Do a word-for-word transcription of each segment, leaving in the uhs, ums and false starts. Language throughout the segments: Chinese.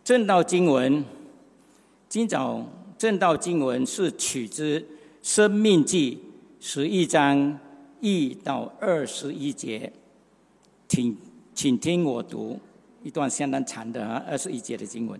正道经文，今早正道经文是取自《申命记》十一章一到二十一节，请请听我读一段相当长的二十一节的经文。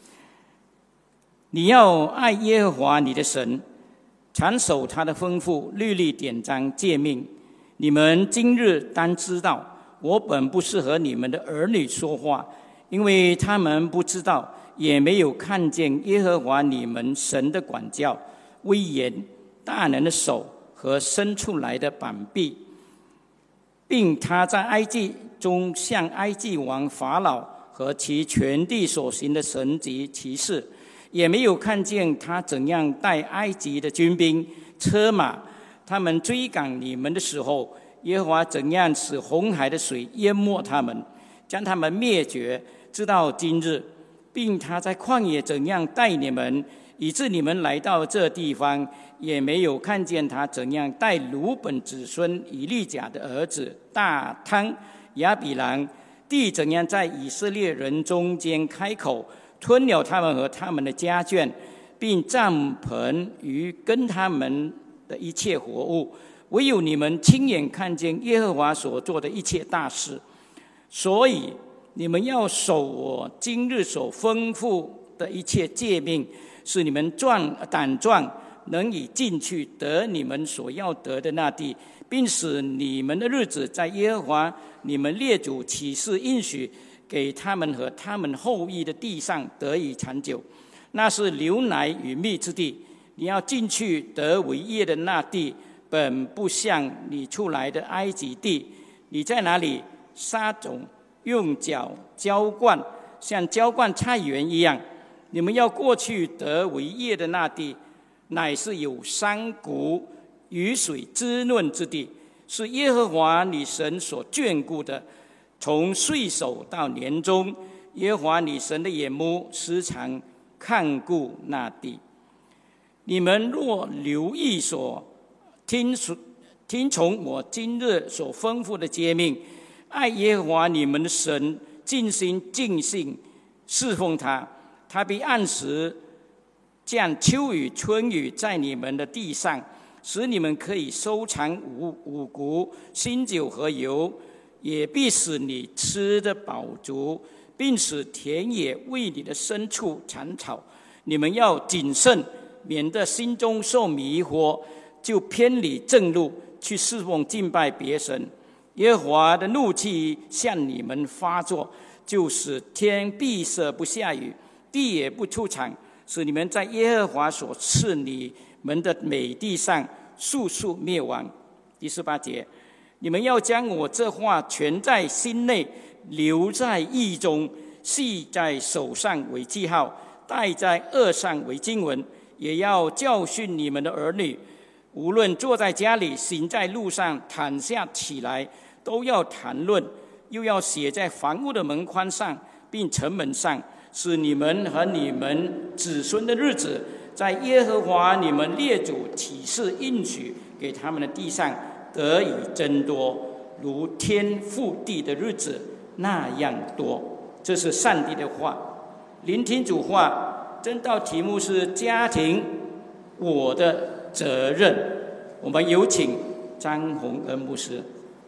你要爱耶和华你的神，常守他的吩咐、律例、典章、诫命。你们今日当知道，我本不是和你们的儿女说话，因为他们不知道，也没有看见耶和华你们神的管教、威严、大能的手和伸出来的膀臂，并他在埃及中向埃及王法老和其全地所行的神迹奇事，也没有看见他怎样带埃及的军兵、车马，他们追赶你们的时候，耶和华怎样使红海的水淹没他们，将他们灭绝，直到今日，并他在旷野怎样带你们，以致你们来到这地方，也没有看见他怎样带鲁本子孙以利甲的儿子大汤、亚比兰，地怎样在以色列人中间开口，吞了他们和他们的家眷，并帐篷与跟他们的一切活物，唯有你们亲眼看见耶和华所做的一切大事。所以你们要守我今日所吩咐的一切诫命，使你们壮胆壮，能以进去得你们所要得的那地，并使你们的日子在耶和华你们列祖起誓应许给他们和他们后裔的地上得以长久。那是流奶与蜜之地，你要进去得为业的那地，本不像你出来的埃及地。你在哪里撒种，用脚浇灌，像浇灌菜园一样。你们要过去得为业的那地，乃是有山谷、雨水滋润之地，是耶和华你神所眷顾的。从岁首到年终，耶和华你神的眼目时常看顾那地。你们若留意所听听从我今日所吩咐的诫命，爱耶和华你们的神，尽心尽性侍奉他，他必按时降秋雨春雨在你们的地上，使你们可以收藏五五谷、新酒和油，也必使你吃得饱足，并使田野为你的牲畜长草。你们要谨慎，免得心中受迷惑，就偏离正路，去侍奉敬拜别神。耶和华的怒气向你们发作，就使天闭塞不下雨，地也不出产，使你们在耶和华所赐你们的美地上速速灭亡。第十八节，你们要将我这话存在心内，留在意中，系在手上为记号，戴在额上为经文，也要教训你们的儿女，无论坐在家里，行在路上，躺下起来，都要谈论，又要写在房屋的门框上，并城门上，使你们和你们子孙的日子，在耶和华你们列祖起誓应许给他们的地上得以增多，如天覆地的日子那样多。这是上帝的话。聆听主话，真道题目是家庭，我的责任。我们有请张宏恩牧师。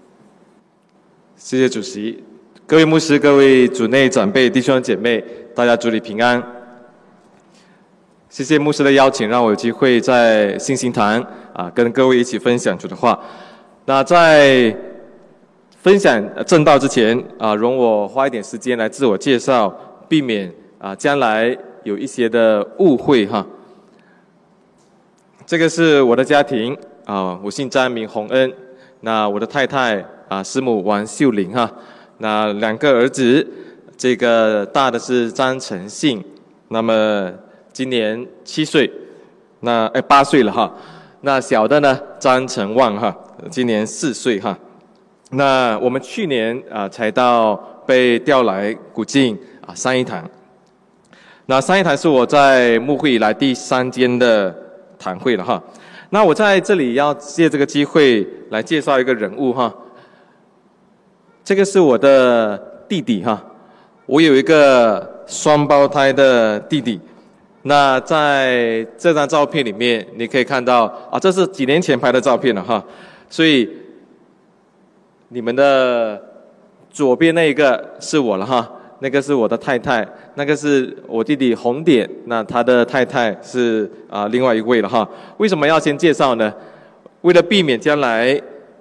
谢谢主席，各位牧师、各位主内长辈、弟兄姐妹，大家主里平安。谢谢牧师的邀请，让我有机会在信心堂啊跟各位一起分享主的话。那在分享正道之前啊，容我花一点时间来自我介绍，避免啊将来有一些的误会哈。这个是我的家庭啊，我姓张，名洪恩。那我的太太啊，师母王秀玲哈。那两个儿子，这个大的是张成信，那么今年七岁，那哎八岁了哈。那小的呢，张成旺哈，今年四岁哈。那我们去年啊才到被调来古晋啊三一堂。那三一堂是我在牧会以来第三间的堂会了哈。那我在这里要借这个机会来介绍一个人物哈。这个是我的弟弟哈。我有一个双胞胎的弟弟。那在这张照片里面，你可以看到啊，这是几年前拍的照片了哈。所以你们的左边那一个是我了哈，那个是我的太太，那个是我弟弟红点，那他的太太是啊另外一位了哈。为什么要先介绍呢？为了避免将来。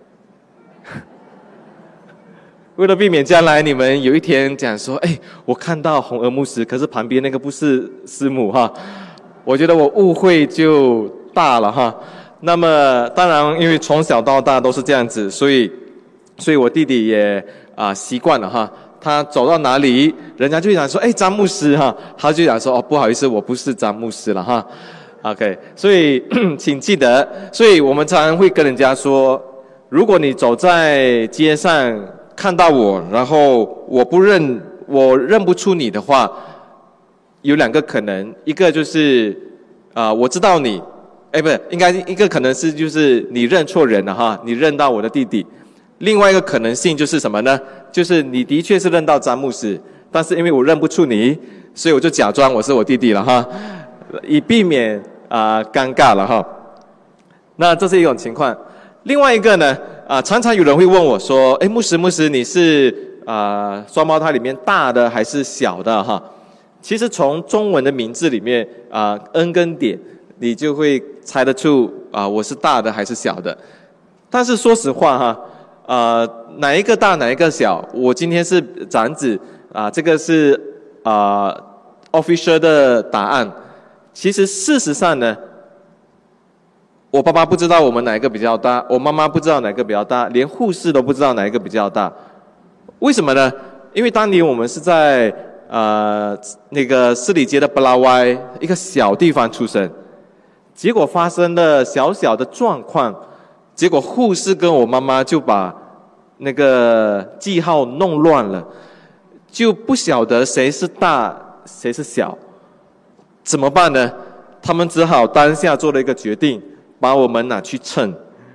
为了避免将来你们有一天讲说，哎，我看到红儿牧师，可是旁边那个不是师母哈，我觉得我误会就大了哈。那么当然，因为从小到大都是这样子，所以，所以我弟弟也啊习惯了哈。他走到哪里，人家就讲说，哎，张牧师哈，他就讲说，哦，不好意思，我不是张牧师了哈。OK， 所以请记得，所以我们常常会跟人家说，如果你走在街上。看到我，然后我不认，我认不出你的话，有两个可能，一个就是啊、呃，我知道你，哎，不是，应该一个可能是就是你认错人了哈，你认到我的弟弟。另外一个可能性就是什么呢？就是你的确是认到张牧师，但是因为我认不出你，所以我就假装我是我弟弟了哈，以避免啊、呃、尴尬了哈。那这是一种情况。另外一个呢？啊，常常有人会问我说：“哎，牧师，牧师，你是啊、呃、双胞胎里面大的还是小的？”哈，其实从中文的名字里面啊、呃、恩跟点，你就会猜得出啊、呃、我是大的还是小的。但是说实话哈，啊、呃、哪一个大哪一个小？我今天是长子啊、呃，这个是啊、呃、official 的答案。其实事实上呢。我爸爸不知道我们哪一个比较大，我妈妈不知道哪个比较大，连护士都不知道哪一个比较大。为什么呢？因为当年我们是在呃那个士里街的布拉歪一个小地方出生，结果发生了小小的状况，结果护士跟我妈妈就把那个记号弄乱了，就不晓得谁是大谁是小，怎么办呢？他们只好当下做了一个决定。把我们拿去称，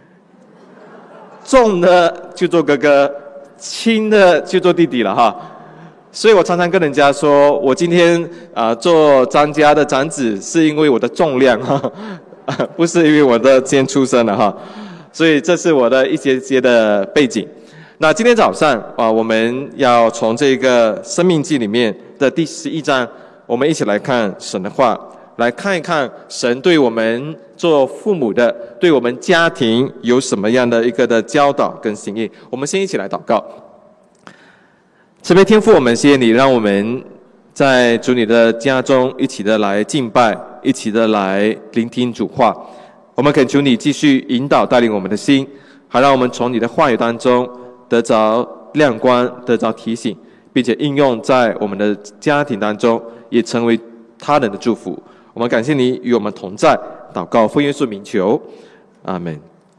重的就做哥哥，轻的就做弟弟了哈。所以我常常跟人家说，我今天啊、呃、做张家的长子，是因为我的重量哈，不是因为我的先出生了哈。所以这是我的一些些的背景。那今天早上啊、呃，我们要从这个《生命记》里面的第十一章，我们一起来看神的话。来看一看神对我们做父母的，对我们家庭有什么样的一个的教导跟心意。我们先一起来祷告。慈悲天父，我们谢谢你，让我们在主你的家中一起的来敬拜，一起的来聆听主话。我们恳求你继续引导带领我们的心，好让我们从你的话语当中得着亮光，得着提醒，并且应用在我们的家庭当中，也成为他人的祝福。我们感谢你与我们同在，祷告奉耶稣名求，阿们。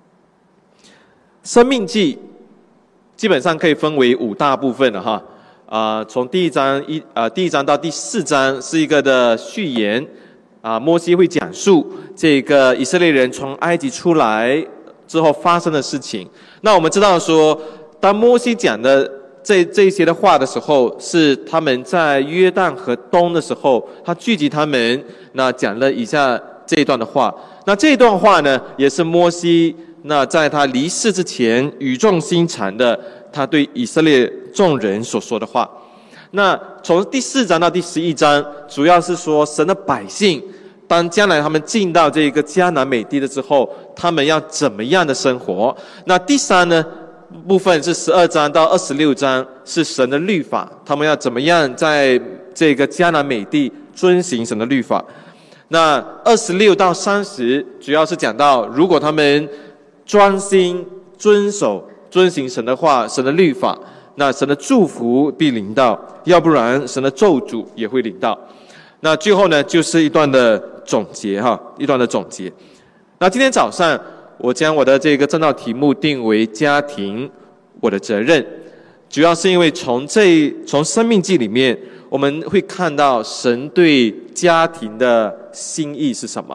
生命记基本上可以分为五大部分了哈，啊、呃，从第一章一啊、呃、第一章到第四章是一个的序言，啊、呃，摩西会讲述这个以色列人从埃及出来之后发生的事情。那我们知道说，当摩西讲的这这些的话的时候，是他们在约旦河东的时候，他聚集他们，那讲了以下这一段的话。那这一段话呢，也是摩西那在他离世之前语重心长的，他对以色列众人所说的话。那从第四章到第十一章，主要是说神的百姓，当将来他们进到这个迦南美地的之后，他们要怎么样的生活？那第三呢？部分是十二章到二十六章，是神的律法，他们要怎么样在这个迦南美地遵行神的律法。那二十六到三十主要是讲到，如果他们专心遵守遵行神的话，神的律法，那神的祝福必临到，要不然神的咒诅也会临到。那最后呢，就是一段的总结哈，一段的总结。那今天早上我将我的这个正道题目定为家庭我的责任，主要是因为从这从生命记里面我们会看到神对家庭的心意是什么。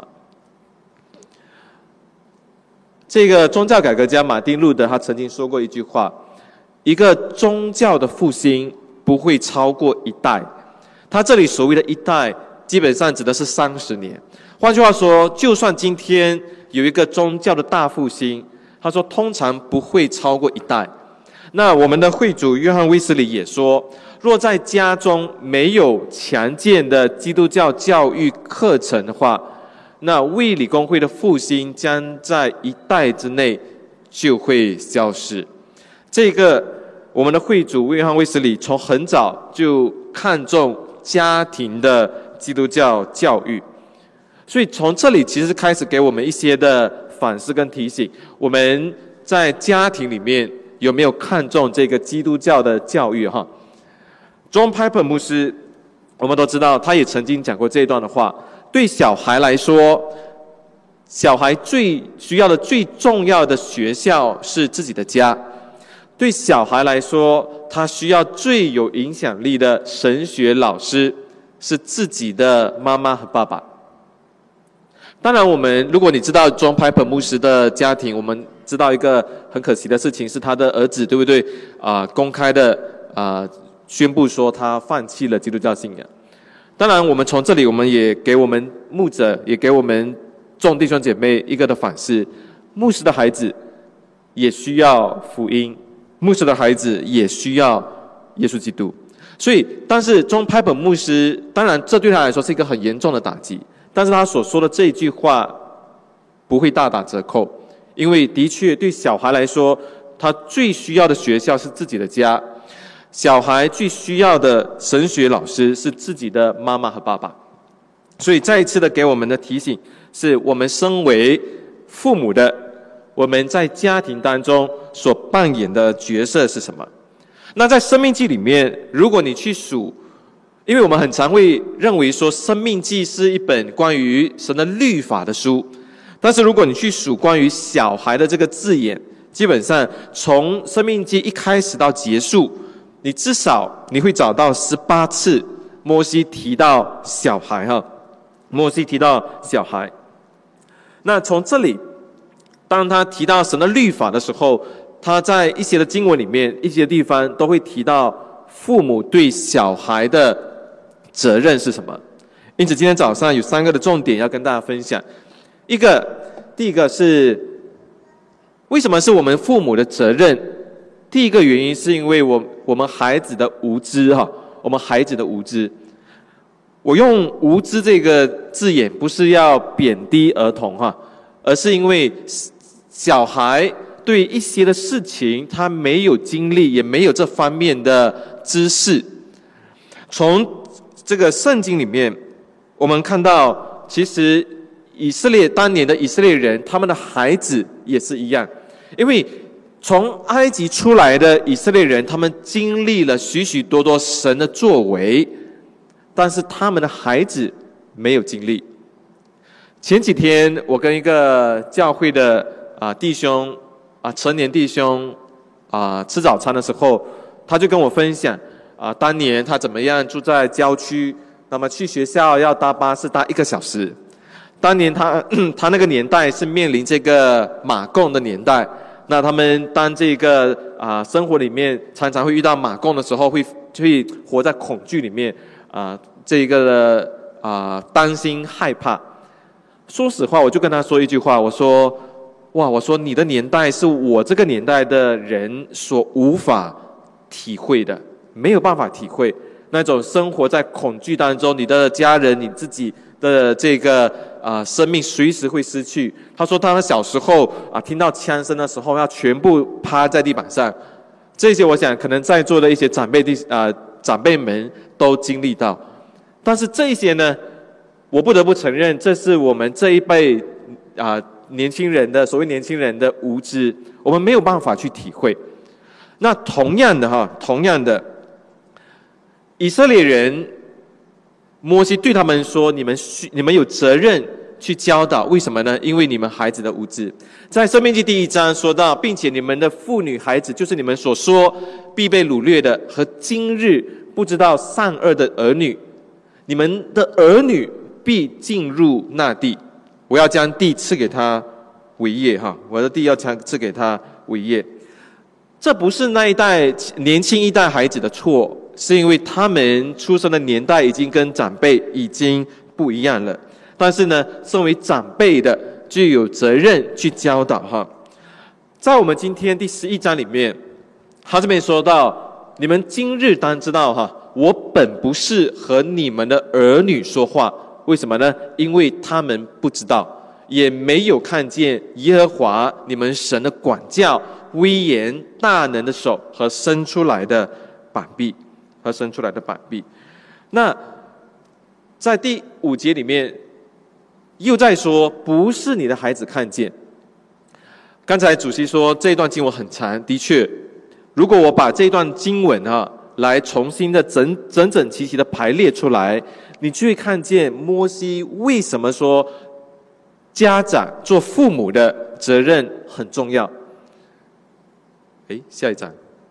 这个宗教改革家马丁路德他曾经说过一句话，一个宗教的复兴不会超过一代。 他这里所谓的一代，基本上指的是三十年。换句话说，就算今天有一个宗教的大复兴，他说通常不会超过一代。那我们的会主约翰卫斯理也说，若在家中没有强健的基督教教育课程的话，那卫理公会的复兴将在一代之内就会消失。这个我们的会主约翰卫斯理从很早就看重家庭的基督教教育，所以从这里其实开始给我们一些的反思跟提醒，我们在家庭里面有没有看重这个基督教的教育哈 ？John Piper 牧师，我们都知道，他也曾经讲过这一段的话。对小孩来说，小孩最需要的、最重要的学校是自己的家。对小孩来说，他需要最有影响力的神学老师是自己的妈妈和爸爸。当然，我们如果你知道 John Piper 牧师的家庭，我们知道一个很可惜的事情是他的儿子，对不对？啊、呃，公开的啊、呃、宣布说他放弃了基督教信仰。当然，我们从这里，我们也给我们牧者，也给我们众弟兄姐妹一个的反思：牧师的孩子也需要福音，牧师的孩子也需要耶稣基督。所以，但是John Piper牧师，当然这对他来说是一个很严重的打击。但是他所说的这一句话不会大打折扣，因为的确对小孩来说，他最需要的学校是自己的家。小孩最需要的神学老师是自己的妈妈和爸爸，所以再一次的给我们的提醒是，我们身为父母的，我们在家庭当中所扮演的角色是什么？那在生命记里面，如果你去数，因为我们很常会认为说生命记是一本关于神的律法的书，但是如果你去数关于小孩的这个字眼，基本上从生命记一开始到结束，你至少你会找到十八次摩西提到小孩哈，摩西提到小孩。那从这里，当他提到神的律法的时候，他在一些的经文里面，一些地方都会提到父母对小孩的责任是什么。因此今天早上有三个的重点要跟大家分享。一个，第一个是为什么是我们父母的责任？第一个原因是因为我我们孩子的无知哈，我们孩子的无知。我用无知这个字眼不是要贬低儿童哈，而是因为小孩对一些的事情他没有经历，也没有这方面的知识。从这个圣经里面，我们看到其实以色列当年的以色列人，他们的孩子也是一样，因为从埃及出来的以色列人，他们经历了许许多多神的作为，但是他们的孩子没有经历。前几天我跟一个教会的啊、呃、弟兄啊、呃、成年弟兄啊、呃、吃早餐的时候，他就跟我分享啊、呃、当年他怎么样住在郊区，那么去学校要搭巴士搭一个小时。当年他他那个年代是面临这个马共的年代。那他们当这个啊、呃、生活里面常常会遇到马共的时候，会会活在恐惧里面啊、呃，这个的啊、呃、担心害怕。说实话，我就跟他说一句话，我说哇，我说你的年代是我这个年代的人所无法体会的，没有办法体会那种生活在恐惧当中，你的家人、你自己的这个啊、呃、生命随时会失去。他说他小时候啊、呃、听到枪声的时候要全部趴在地板上，这些我想可能在座的一些长辈的啊、呃、长辈们都经历到。但是这些呢，我不得不承认，这是我们这一辈啊、呃、年轻人的所谓年轻人的无知，我们没有办法去体会。那同样的哈，同样的，以色列人。摩西对他们说：“你们需你们有责任去教导，为什么呢？因为你们孩子的无知。在《申命记》第一章说到，并且你们的妇女孩子，就是你们所说必被掳掠的，和今日不知道善恶的儿女，你们的儿女必进入那地。我要将地赐给他为业，哈，我的地要赐给他为业。这不是那一代年轻一代孩子的错。” 是因为他们出生的年代已经跟长辈已经不一样了。但是呢，身为长辈的就有责任去教导哈。在我们今天第十一章里面，他这边说到，你们今日当知道哈，我本不是和你们的儿女说话，为什么呢？因为他们不知道，也没有看见耶和华你们神的管教、威严、大能的手和伸出来的膀臂，和伸出来的膀臂。那在第五节里面又在说，不是你的孩子看见。刚才主席说这一段经文很长，的确，如果我把这一段经文啊来重新的整整整齐齐的排列出来，你就会看见摩西为什么说家长做父母的责任很重要。诶，下一章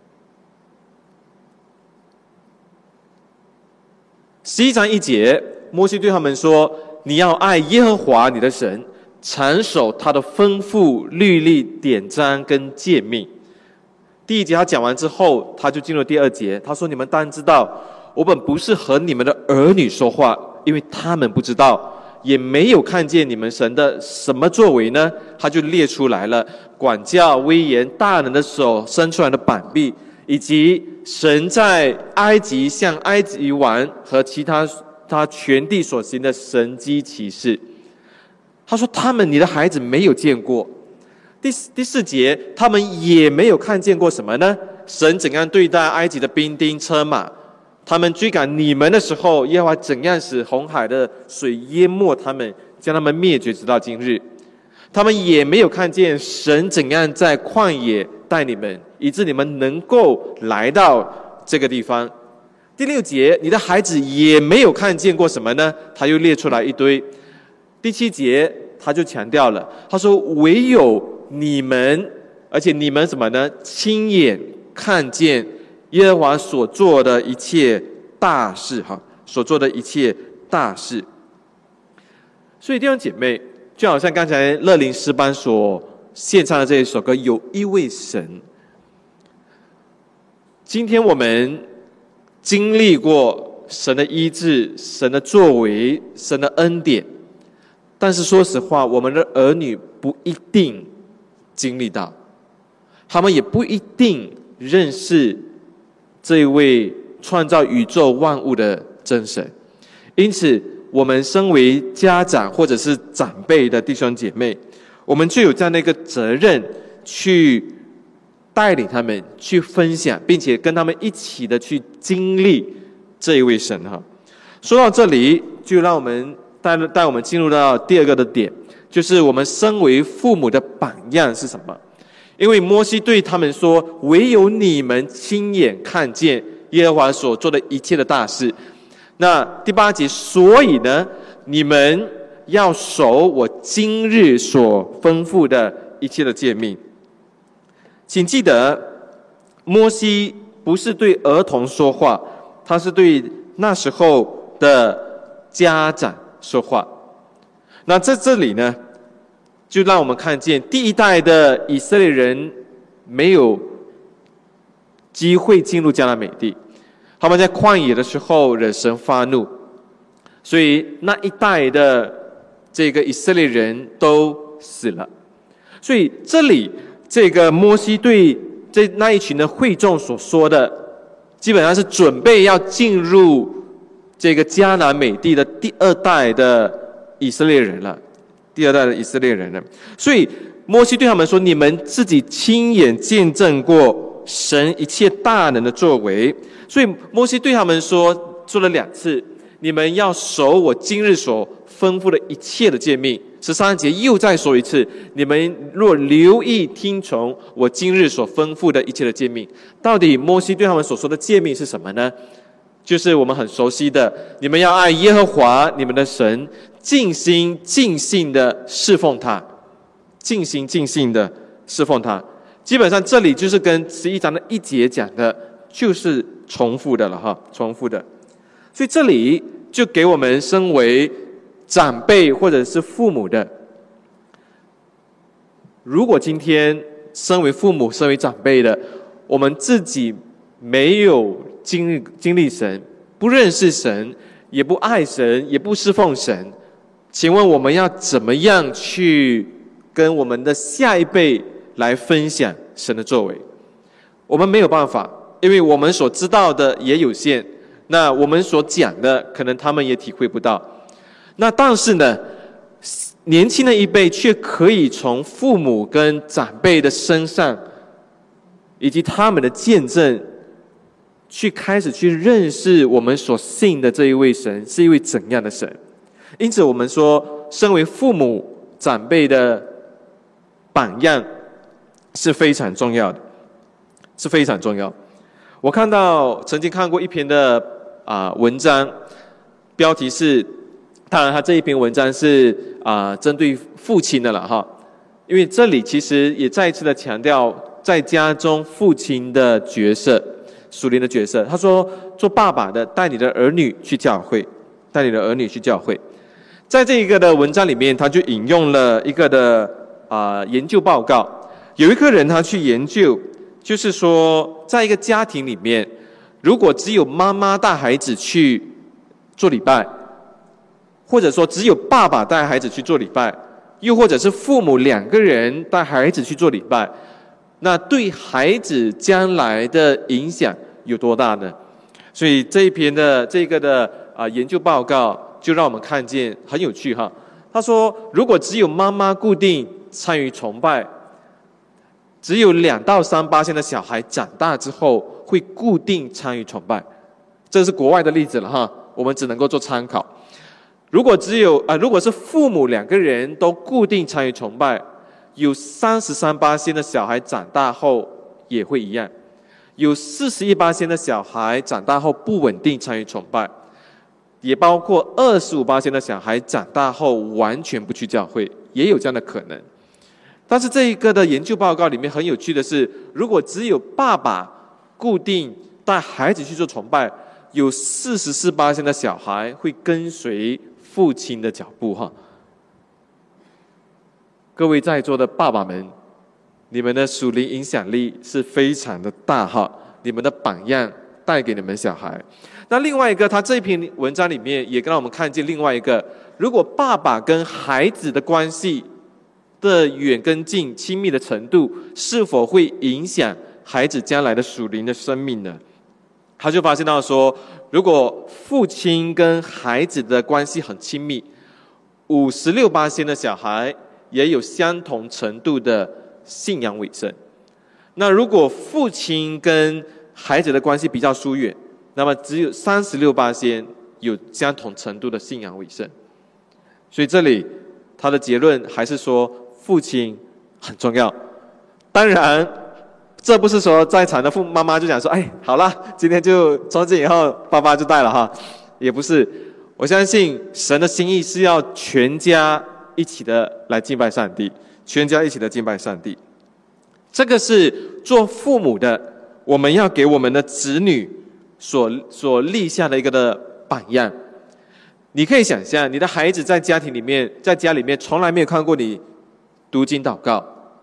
十一章一节，摩西对他们说，你要爱耶和华你的神，常守他的吩咐、律例、典章跟诫命。第一节他讲完之后，他就进入第二节，他说，你们当知道，我本不是和你们的儿女说话，因为他们不知道，也没有看见你们神的什么作为呢？他就列出来了，管教、威严、大能的手伸出来的膀臂，以及神在埃及向埃及王和其他他全地所行的神迹奇事。他说他们你的孩子没有见过。第第四节，他们也没有看见过什么呢？神怎样对待埃及的兵丁车马，他们追赶你们的时候，耶和华怎样使红海的水淹没他们，将他们灭绝直到今日。他们也没有看见神怎样在旷野带你们，以致你们能够来到这个地方。第六节，你的孩子也没有看见过什么呢？他又列出来一堆。第七节他就强调了，他说唯有你们，而且你们什么呢？亲眼看见耶和华所做的一切大事哈，所做的一切大事。所以弟兄姐妹，就好像刚才乐龄诗班所献唱的这一首歌，有一位神。今天我们经历过神的医治、神的作为、神的恩典，但是说实话，我们的儿女不一定经历到，他们也不一定认识这一位创造宇宙万物的真神。因此我们身为家长或者是长辈的弟兄姐妹，我们就有这样的一个责任，去带领他们去分享，并且跟他们一起的去经历这一位神哈。说到这里，就让我们带带我们进入到第二个的点，就是我们身为父母的榜样是什么？因为摩西对他们说，唯有你们亲眼看见耶和华所做的一切的大事。那第八节，所以呢，你们要守我今日所吩咐的一切的诫命。请记得，摩西不是对儿童说话，他是对那时候的家长说话。那在这里呢，就让我们看见第一代的以色列人没有机会进入迦南美地，他们在旷野的时候惹神发怒，所以那一代的这个以色列人都死了。所以这里这个摩西对这那一群的会众所说的，基本上是准备要进入这个迦南美地的第二代的以色列人了，第二代的以色列人了。所以摩西对他们说，你们自己亲眼见证过神一切大能的作为。所以摩西对他们说，说了两次，你们要守我今日所吩咐的一切的诫命。十三节又再说一次，你们若留意听从我今日所吩咐的一切的诫命。到底摩西对他们所说的诫命是什么呢？就是我们很熟悉的，你们要爱耶和华你们的神，尽心尽性的侍奉他，尽心尽性的侍奉他。基本上这里就是跟十一章的一节讲的，就是重复的了哈，重复的。所以这里就给我们身为长辈或者是父母的，如果今天身为父母、身为长辈的，我们自己没有经历经历神，不认识神，也不爱神，也不侍奉神，请问我们要怎么样去跟我们的下一辈来分享神的作为？我们没有办法，因为我们所知道的也有限，那我们所讲的可能他们也体会不到。那但是呢，年轻的一辈却可以从父母跟长辈的身上，以及他们的见证，去开始去认识我们所信的这一位神是一位怎样的神。因此我们说，身为父母长辈的榜样是非常重要的，是非常重要。我看到曾经看过一篇的啊、呃、文章，标题是，当然他这一篇文章是啊、呃、针对父亲的了哈，因为这里其实也再一次的强调在家中父亲的角色，属灵的角色。他说，做爸爸的带你的儿女去教会，带你的儿女去教会。在这一个的文章里面，他就引用了一个的啊、呃、研究报告，有一个人他去研究，就是说在一个家庭里面，如果只有妈妈带孩子去做礼拜，或者说只有爸爸带孩子去做礼拜，又或者是父母两个人带孩子去做礼拜，那对孩子将来的影响有多大呢？所以这一篇的这个的啊、呃、研究报告就让我们看见很有趣哈。他说，如果只有妈妈固定参与崇拜，只有两到三%的小孩长大之后会固定参与崇拜，这是国外的例子了哈，我们只能够做参考。如果只有啊、呃，如果是父母两个人都固定参与崇拜，有三十三%的小孩长大后也会一样，有四十一%的小孩长大后不稳定参与崇拜，也包括二十五%的小孩长大后完全不去教会，也有这样的可能。但是这一个的研究报告里面很有趣的是，如果只有爸爸固定带孩子去做崇拜，有四十四%的小孩会跟随父亲的脚步哈。各位在座的爸爸们，你们的属灵影响力是非常的大哈，你们的榜样带给你们小孩。那另外一个，他这篇文章里面也让我们看见另外一个，如果爸爸跟孩子的关系的远跟近、亲密的程度，是否会影响孩子将来的属灵的生命呢？他就发现到说，如果父亲跟孩子的关系很亲密，五十六%的小孩也有相同程度的信仰委身。那如果父亲跟孩子的关系比较疏远，那么只有三十六%有相同程度的信仰委身。所以这里他的结论还是说，父亲很重要。当然，这不是说在场的父妈妈就讲说，哎，好了，今天就从今以后爸爸就带了哈，也不是。我相信神的心意是要全家一起的来敬拜上帝，全家一起的敬拜上帝。这个是做父母的，我们要给我们的子女所所立下的一个的榜样。你可以想象，你的孩子在家庭里面，在家里面从来没有看过你读经祷告，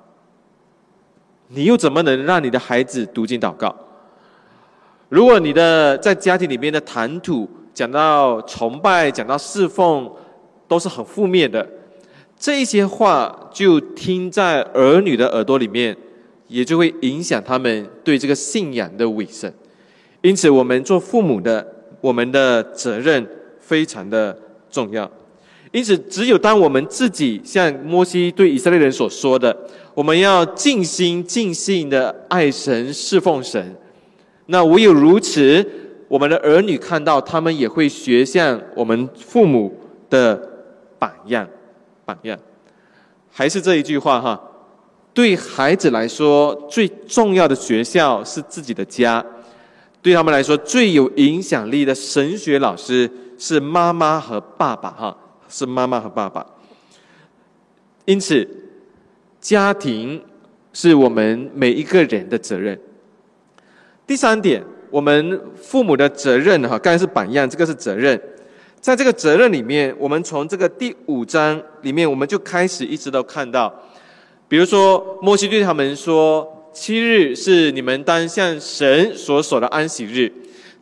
你又怎么能让你的孩子读经祷告？如果你的在家庭里面的谈吐讲到崇拜，讲到侍奉，都是很负面的，这一些话就听在儿女的耳朵里面，也就会影响他们对这个信仰的委身。因此我们做父母的，我们的责任非常的重要。因此只有当我们自己像摩西对以色列人所说的，我们要尽心尽性的爱神侍奉神，那唯有如此，我们的儿女看到，他们也会学像我们父母的榜样榜样。还是这一句话哈，对孩子来说，最重要的学校是自己的家，对他们来说最有影响力的神学老师是妈妈和爸爸哈，是妈妈和爸爸。因此家庭是我们每一个人的责任。第三点，我们父母的责任哈，刚才是榜样，这个是责任。在这个责任里面，我们从这个第五章里面，我们就开始一直都看到，比如说摩西对他们说，七日是你们当向神所守的安息日，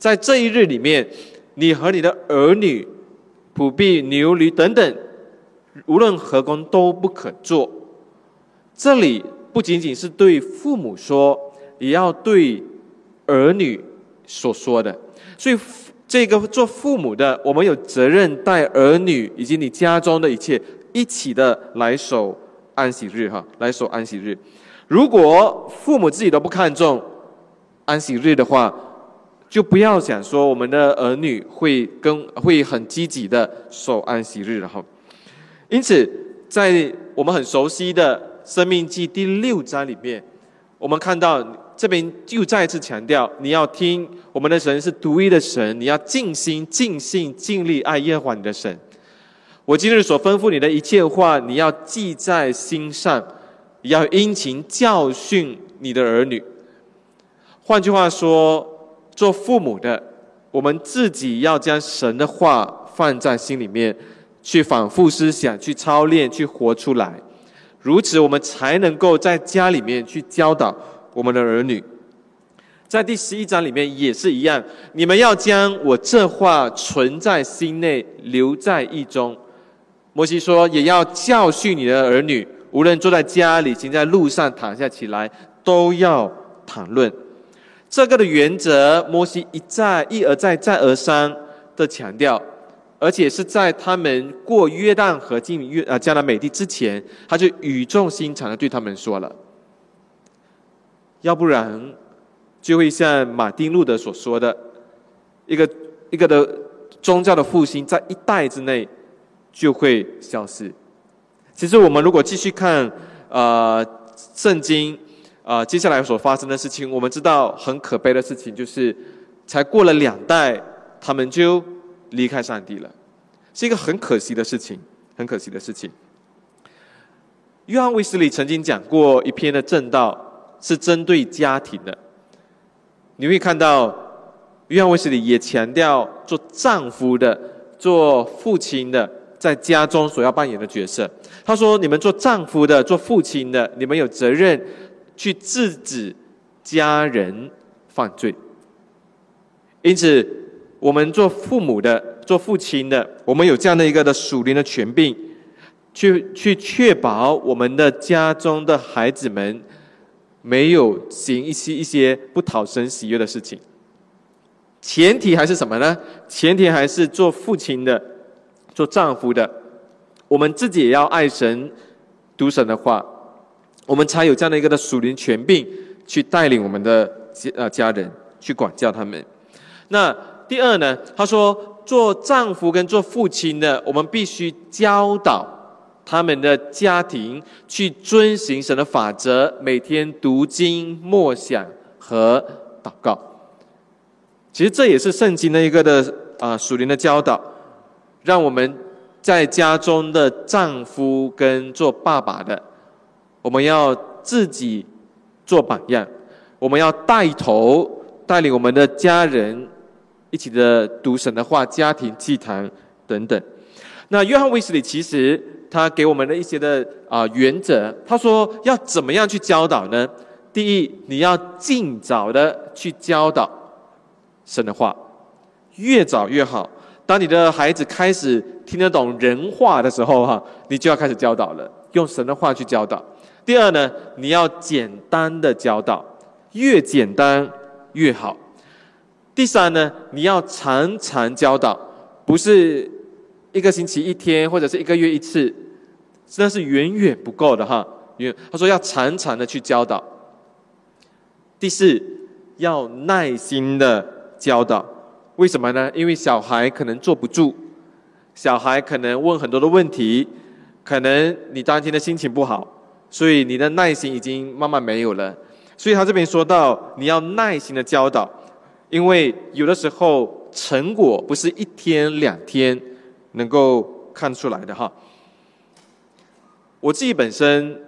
在这一日里面，你和你的儿女、仆婢、牛驴等等，无论何工都不可做。这里不仅仅是对父母说，也要对儿女所说的。所以这个做父母的，我们有责任带儿女以及你家中的一切一起的来守安息日哈，来守安息日。如果父母自己都不看重安息日的话，就不要想说我们的儿女会跟会很积极的守安息日了哈。因此，在我们很熟悉的《申命记》第六章里面，我们看到这边又再次强调，你要听我们的神是独一的神，你要尽心、尽性、尽力爱耶和华你的神。我今日所吩咐你的一切话，你要记在心上，也要殷勤教训你的儿女。换句话说，做父母的，我们自己要将神的话放在心里面，去反复思想，去操练，去活出来。如此，我们才能够在家里面去教导我们的儿女。在第十一章里面也是一样，你们要将我这话存在心内，留在意中。摩西说，也要教训你的儿女，无论坐在家里，行在路上，躺下起来，都要谈论。这个的原则，摩西一再一而再再而三的强调，而且是在他们过约旦河进约啊迦南美地之前，他就语重心长的对他们说了。要不然，就会像马丁路德所说的，一个一个的宗教的复兴，在一代之内就会消失。其实我们如果继续看呃圣经啊、呃，接下来所发生的事情，我们知道很可悲的事情就是，才过了两代，他们就离开上帝了，是一个很可惜的事情，很可惜的事情。约翰卫斯理曾经讲过一篇的证道，是针对家庭的。你会看到，约翰卫斯理也强调做丈夫的、做父亲的，在家中所要扮演的角色。他说：“你们做丈夫的、做父亲的，你们有责任去制止家人犯罪。因此，我们做父母的、做父亲的，我们有这样的一个的属灵的权柄，去去确保我们的家中的孩子们没有行一些一些不讨神喜悦的事情。前提还是什么呢？前提还是做父亲的、做丈夫的，我们自己也要爱神、读神的话，我们才有这样的一个的属灵权柄，去带领我们的呃家人，去管教他们。那第二呢，他说做丈夫跟做父亲的，我们必须教导他们的家庭去遵行神的法则，每天读经、默想和祷告。其实这也是圣经的一个的啊、呃、属灵的教导，让我们在家中的丈夫跟做爸爸的，我们要自己做榜样，我们要带头带领我们的家人一起的读神的话、家庭祭坛等等。那约翰卫斯理其实他给我们的一些的啊、呃、原则，他说要怎么样去教导呢？第一，你要尽早的去教导神的话，越早越好。当你的孩子开始听得懂人话的时候哈，你就要开始教导了，用神的话去教导。第二呢，你要简单的教导，越简单越好。第三呢，你要常常教导，不是一个星期一天或者是一个月一次，那是远远不够的哈。他说要常常的去教导。第四，要耐心的教导。为什么呢？因为小孩可能坐不住，小孩可能问很多的问题，可能你当天的心情不好，所以你的耐心已经慢慢没有了。所以他这边说到，你要耐心的教导，因为有的时候成果不是一天两天能够看出来的哈。我自己本身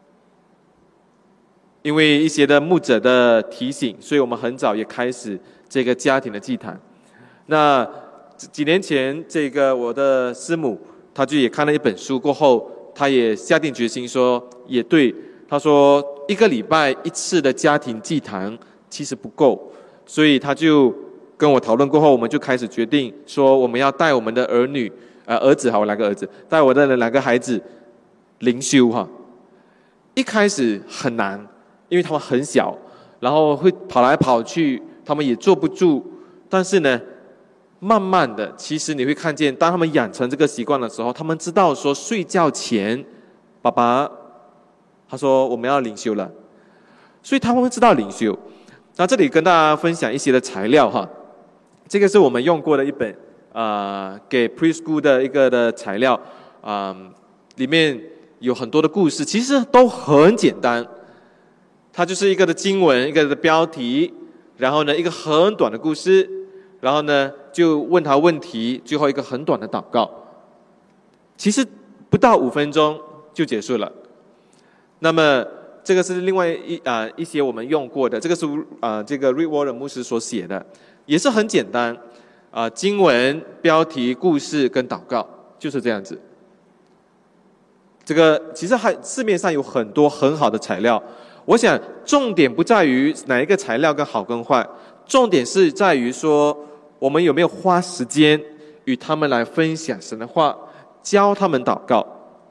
因为一些的牧者的提醒，所以我们很早也开始这个家庭的祭坛。那几年前，这个我的师母，她就也看了一本书过后，她也下定决心说，也对，她说一个礼拜一次的家庭祭坛其实不够，所以她就跟我讨论过后，我们就开始决定说，我们要带我们的儿女，呃，儿子好，我两个儿子，带我的两个孩子灵修哈。一开始很难，因为他们很小，然后会跑来跑去，他们也坐不住。但是呢，慢慢的，其实你会看见，当他们养成这个习惯的时候，他们知道说睡觉前，爸爸他说我们要灵修了，所以他们会知道灵修。那这里跟大家分享一些的材料哈。这个是我们用过的一本啊、呃，给 preschool 的一个的材料啊、呃，里面有很多的故事，其实都很简单。它就是一个的经文，一个的标题，然后呢一个很短的故事，然后呢就问他问题，最后一个很短的祷告。其实不到五分钟就结束了。那么这个是另外一啊、呃、一些我们用过的，这个是啊、呃、这个 Rick Warren 牧师所写的。也是很简单，啊、呃，经文、标题、故事跟祷告就是这样子。这个其实还市面上有很多很好的材料，我想重点不在于哪一个材料跟好跟坏，重点是在于说我们有没有花时间与他们来分享神的话，教他们祷告。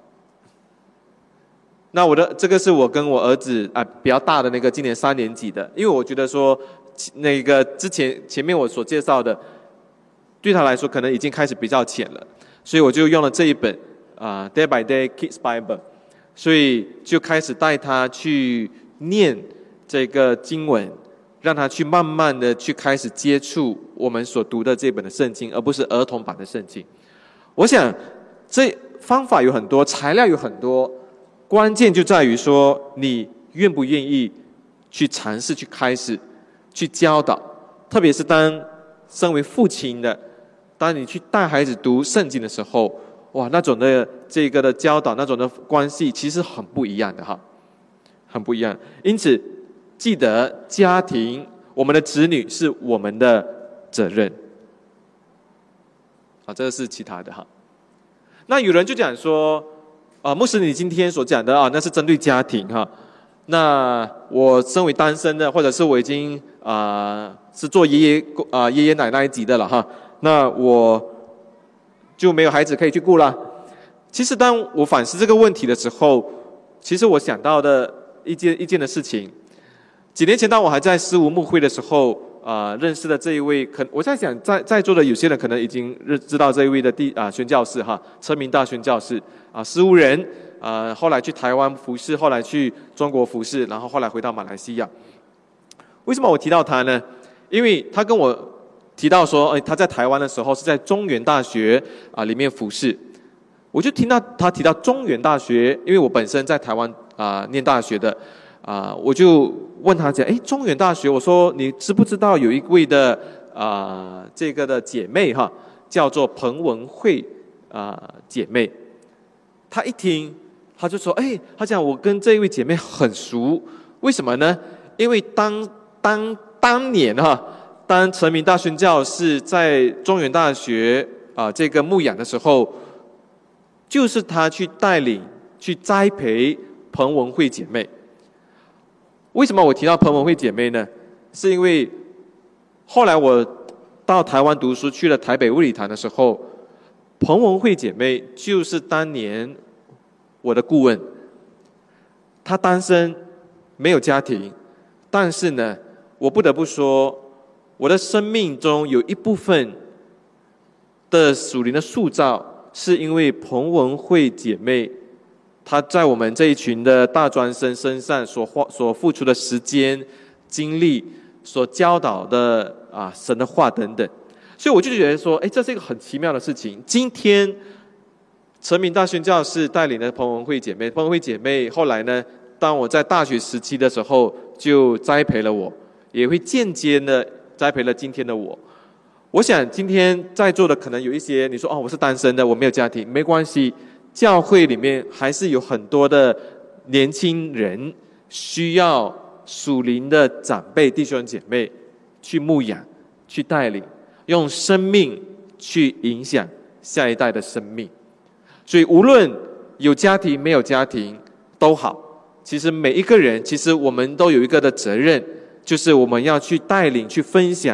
那我的这个是我跟我儿子啊、呃、比较大的那个，今年三年级的，因为我觉得说。那个之前前面我所介绍的，对他来说可能已经开始比较浅了，所以我就用了这一本啊、呃、Day by Day Kids Bible， 所以就开始带他去念这个经文，让他去慢慢的去开始接触我们所读的这本的圣经，而不是儿童版的圣经。我想这方法有很多，材料有很多，关键就在于说你愿不愿意去尝试去开始。去教导，特别是当身为父亲的，当你去带孩子读圣经的时候，哇，那种的这个的教导，那种的关系其实很不一样的哈，很不一样。因此，记得家庭，我们的子女是我们的责任。啊，这个是其他的哈。那有人就讲说，啊，牧师你今天所讲的啊，那是针对家庭哈。那我身为单身的，或者是我已经啊、呃、是做爷爷啊、呃、爷爷奶奶级的了哈，那我就没有孩子可以去顾了。其实当我反思这个问题的时候，其实我想到的一件一件的事情，几年前当我还在思无牧会的时候啊、呃，认识的这一位，可我在想在在座的有些人可能已经认知道这一位的第啊、呃、宣教士哈，车明大宣教士啊，思无人。呃，后来去台湾服侍，后来去中国服侍，然后后来回到马来西亚。为什么我提到他呢？因为他跟我提到说，哎，他在台湾的时候是在中原大学啊、呃、里面服侍。我就听到他提到中原大学，因为我本身在台湾啊、呃、念大学的啊、呃，我就问他讲，哎，中原大学，我说你知不知道有一位的啊、呃、这个的姐妹哈，叫做彭文慧啊、呃、姐妹。他一听。他就说：“哎，他讲我跟这一位姐妹很熟，为什么呢？因为当当当年哈、啊，当陈明大宣教士在中原大学啊这个牧养的时候，就是他去带领、去栽培彭文慧姐妹。为什么我提到彭文慧姐妹呢？是因为后来我到台湾读书，去了台北卫理堂的时候，彭文慧姐妹就是当年。”我的顾问，他单身，没有家庭，但是呢，我不得不说，我的生命中有一部分的属灵的塑造，是因为彭文慧姐妹，她在我们这一群的大专生身上所花所付出的时间、精力，所教导的啊神的话等等，所以我就觉得说，哎，这是一个很奇妙的事情。今天。陈明大宣教士带领的彭文慧姐妹，彭文慧姐妹后来呢，当我在大学时期的时候，就栽培了我，也会间接的栽培了今天的我。我想今天在座的可能有一些，你说哦，我是单身的，我没有家庭，没关系，教会里面还是有很多的年轻人需要属灵的长辈弟兄姐妹去牧养、去带领，用生命去影响下一代的生命。所以无论有家庭没有家庭都好，其实每一个人，其实我们都有一个的责任，就是我们要去带领、去分享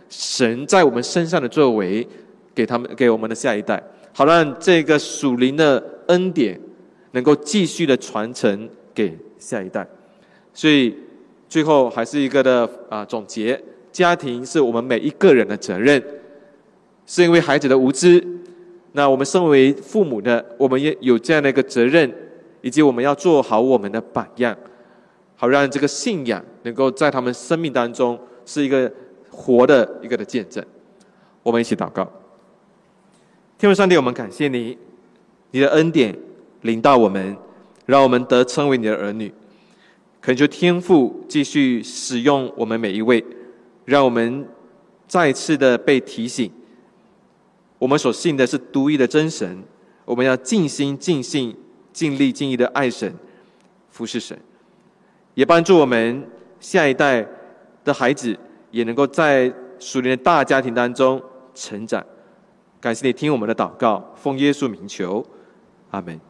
神在我们身上的作为给他们给我们的下一代，好让这个属灵的恩典能够继续的传承给下一代。所以最后还是一个的啊总结，家庭是我们每一个人的责任，是因为孩子的无知，那我们身为父母的，我们也有这样的一个责任，以及我们要做好我们的榜样，好让这个信仰能够在他们生命当中是一个活的一个的见证。我们一起祷告。天父上帝，我们感谢你，你的恩典临到我们，让我们得称为你的儿女。恳求天父继续使用我们每一位，让我们再次的被提醒，我们所信的是独一的真神，我们要尽心尽性尽力尽意的爱神服侍神，也帮助我们下一代的孩子也能够在属灵的大家庭当中成长。感谢你听我们的祷告，奉耶稣名求，阿们。